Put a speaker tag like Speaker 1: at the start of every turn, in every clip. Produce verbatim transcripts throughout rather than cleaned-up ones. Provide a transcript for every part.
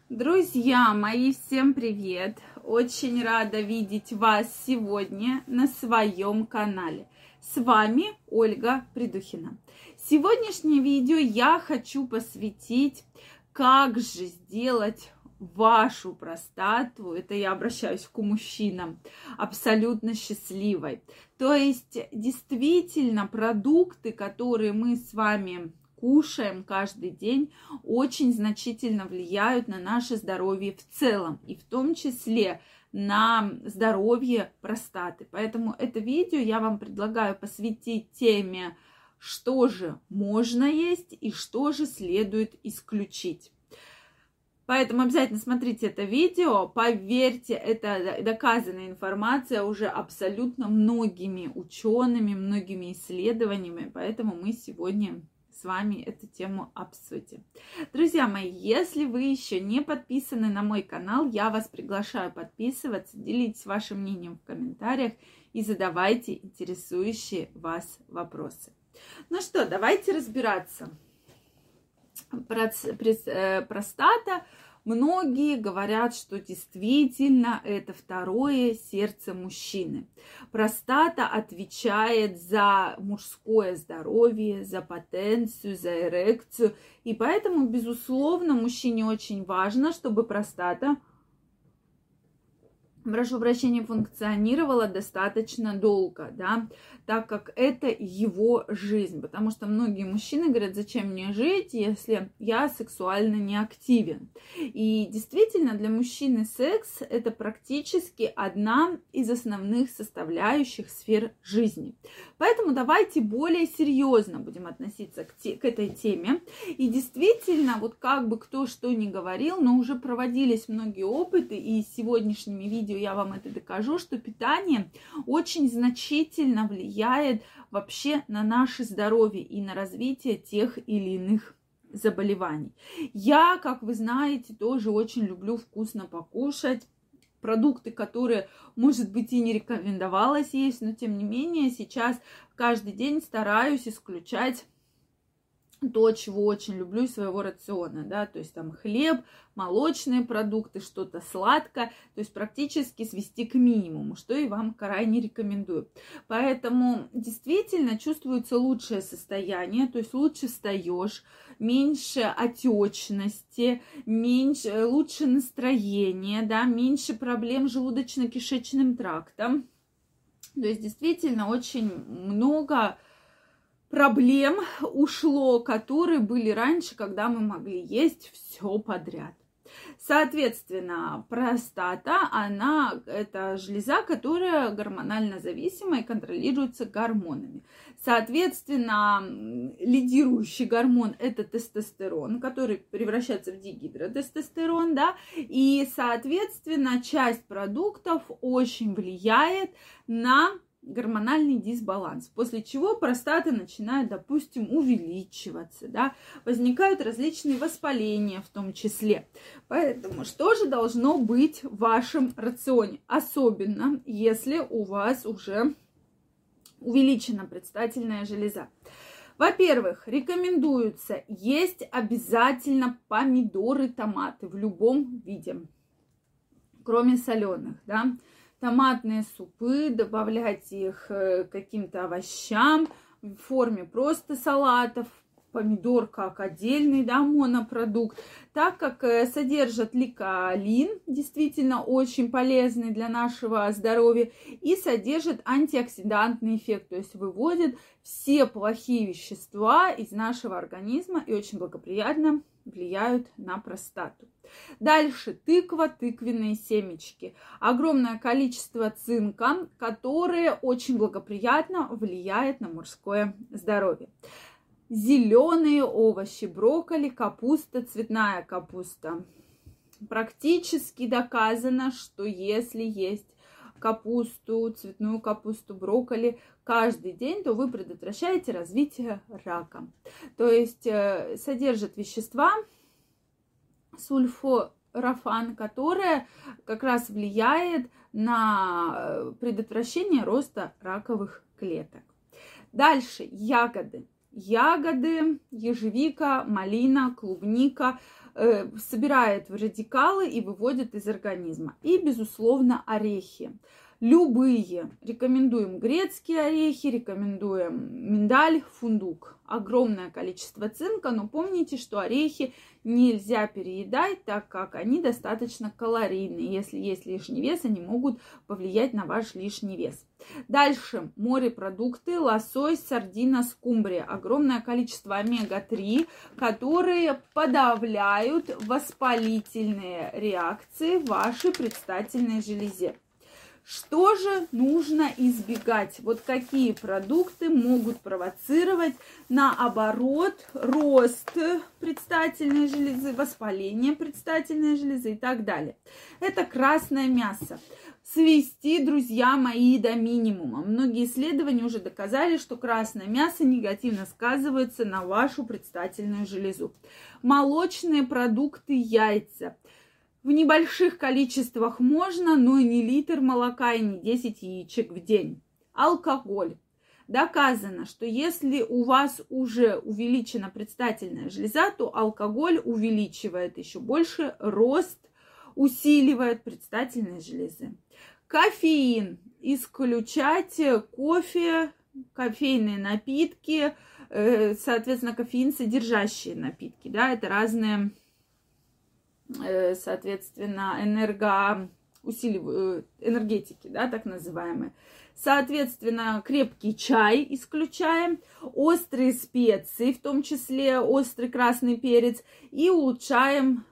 Speaker 1: Друзья мои, всем привет! Очень рада видеть вас сегодня на своем канале. С вами Ольга Придухина. Сегодняшнее видео я хочу посвятить, как же сделать вашу простату, это я обращаюсь к мужчинам, абсолютно счастливой. То есть действительно продукты, которые мы с вами кушаем каждый день, очень значительно влияют на наше здоровье в целом, и в том числе на здоровье простаты. Поэтому это видео я вам предлагаю посвятить теме, что же можно есть и что же следует исключить. Поэтому обязательно смотрите это видео. Поверьте, это доказанная информация уже абсолютно многими учеными, многими исследованиями. Поэтому мы сегодня с вами эту тему обсудим. Друзья мои, если вы еще не подписаны на мой канал, я вас приглашаю подписываться, делитесь вашим мнением в комментариях и задавайте интересующие вас вопросы. Ну что, давайте разбираться. Простата. Многие говорят, что действительно это второе сердце мужчины. Простата отвечает за мужское здоровье, за потенцию, за эрекцию. И поэтому, безусловно, мужчине очень важно, чтобы простата, прошу прощения, функционировала достаточно долго, да, так как это его жизнь. Потому что многие мужчины говорят, зачем мне жить, если я сексуально не активен. И действительно, для мужчины секс – это практически одна из основных составляющих сфер жизни. Поэтому давайте более серьезно будем относиться к, те, к этой теме. И действительно, вот как бы кто что ни говорил, но уже проводились многие опыты, и сегодняшними видео я вам это докажу, что питание очень значительно влияет вообще на наше здоровье и на развитие тех или иных заболеваний. Я, как вы знаете, тоже очень люблю вкусно покушать. Продукты, которые, может быть, и не рекомендовалось есть, но тем не менее сейчас каждый день стараюсь исключать то, чего очень люблю из своего рациона, да, то есть там хлеб, молочные продукты, что-то сладкое, то есть практически свести к минимуму, что и вам крайне рекомендую. Поэтому действительно чувствуется лучшее состояние, то есть лучше встаешь, меньше отечности, меньше, лучше настроение, да, меньше проблем с желудочно-кишечным трактом. То есть действительно очень много проблем ушло, которые были раньше, когда мы могли есть все подряд. Соответственно, простата, она, это железа, которая гормонально зависима и контролируется гормонами. Соответственно, лидирующий гормон – это тестостерон, который превращается в дигидротестостерон, да, и, соответственно, часть продуктов очень влияет на гормональный дисбаланс, после чего простата начинает, допустим, увеличиваться, да, возникают различные воспаления в том числе. Поэтому что же должно быть в вашем рационе? Особенно, если у вас уже увеличена предстательная железа. Во-первых, рекомендуется есть обязательно помидоры, томаты в любом виде, кроме соленых, да. Томатные супы, добавлять их к каким-то овощам в форме просто салатов, помидор как отдельный, да, монопродукт, так как содержат ликолин, действительно очень полезный для нашего здоровья, и содержит антиоксидантный эффект, то есть выводит все плохие вещества из нашего организма и очень благоприятно влияют на простату. Дальше тыква, тыквенные семечки. Огромное количество цинка, которое очень благоприятно влияет на мужское здоровье. Зеленые овощи, брокколи, капуста, цветная капуста. Практически доказано, что если есть капусту, цветную капусту, брокколи каждый день, то вы предотвращаете развитие рака. То есть э, содержит вещества сульфорафан, которое как раз влияет на предотвращение роста раковых клеток. Дальше ягоды. ягоды, ежевика, малина, клубника, э, собирает в радикалы и выводит из организма. И, безусловно, орехи. Любые. Рекомендуем грецкие орехи, рекомендуем миндаль, фундук. Огромное количество цинка, но помните, что орехи нельзя переедать, так как они достаточно калорийные. Если есть лишний вес, они могут повлиять на ваш лишний вес. Дальше. Морепродукты, лосось, сардина, скумбрия. Огромное количество омега три, которые подавляют воспалительные реакции в вашей предстательной железе. Что же нужно избегать? Вот какие продукты могут провоцировать, наоборот, рост предстательной железы, воспаление предстательной железы и так далее. Это красное мясо. Свести, друзья мои, до минимума. Многие исследования уже доказали, что красное мясо негативно сказывается на вашу предстательную железу. Молочные продукты, яйца. В небольших количествах можно, но не литр молока и не десять яичек в день. Алкоголь. Доказано, что если у вас уже увеличена предстательная железа, то алкоголь увеличивает еще больше рост, усиливает предстательные железы. Кофеин. Исключать кофе, кофейные напитки, соответственно, кофеин содержащие напитки. Да, это разные... соответственно, энергоусиливающие, энергетики, да, так называемые. Соответственно, крепкий чай исключаем, острые специи, в том числе острый красный перец, и улучшаем,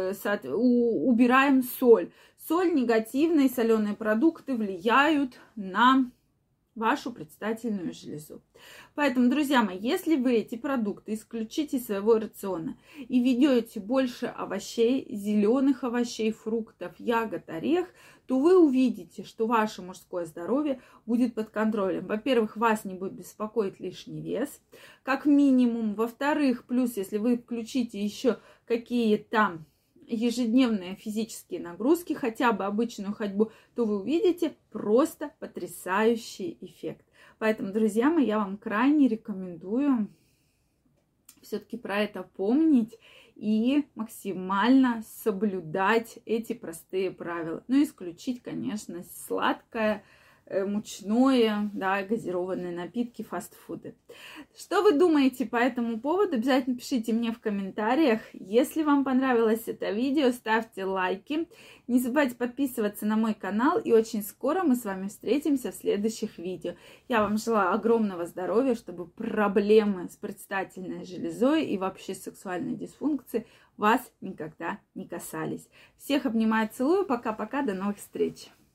Speaker 1: убираем соль. Соль, негативные соленые продукты влияют на вашу предстательную железу. Поэтому, друзья мои, если вы эти продукты исключите из своего рациона и ведете больше овощей, зеленых овощей, фруктов, ягод, орех, то вы увидите, что ваше мужское здоровье будет под контролем. Во-первых, вас не будет беспокоить лишний вес, как минимум. Во-вторых, плюс, если вы включите еще какие-то ежедневные физические нагрузки, хотя бы обычную ходьбу, то вы увидите просто потрясающий эффект. Поэтому, друзья мои, я вам крайне рекомендую все-таки про это помнить и максимально соблюдать эти простые правила. Ну, исключить, конечно, сладкое, мучное, да, газированные напитки, фастфуды. Что вы думаете по этому поводу? Обязательно пишите мне в комментариях. Если вам понравилось это видео, ставьте лайки. Не забывайте подписываться на мой канал. И очень скоро мы с вами встретимся в следующих видео. Я вам желаю огромного здоровья, чтобы проблемы с предстательной железой и вообще сексуальной дисфункцией вас никогда не касались. Всех обнимаю, целую. Пока-пока. До новых встреч.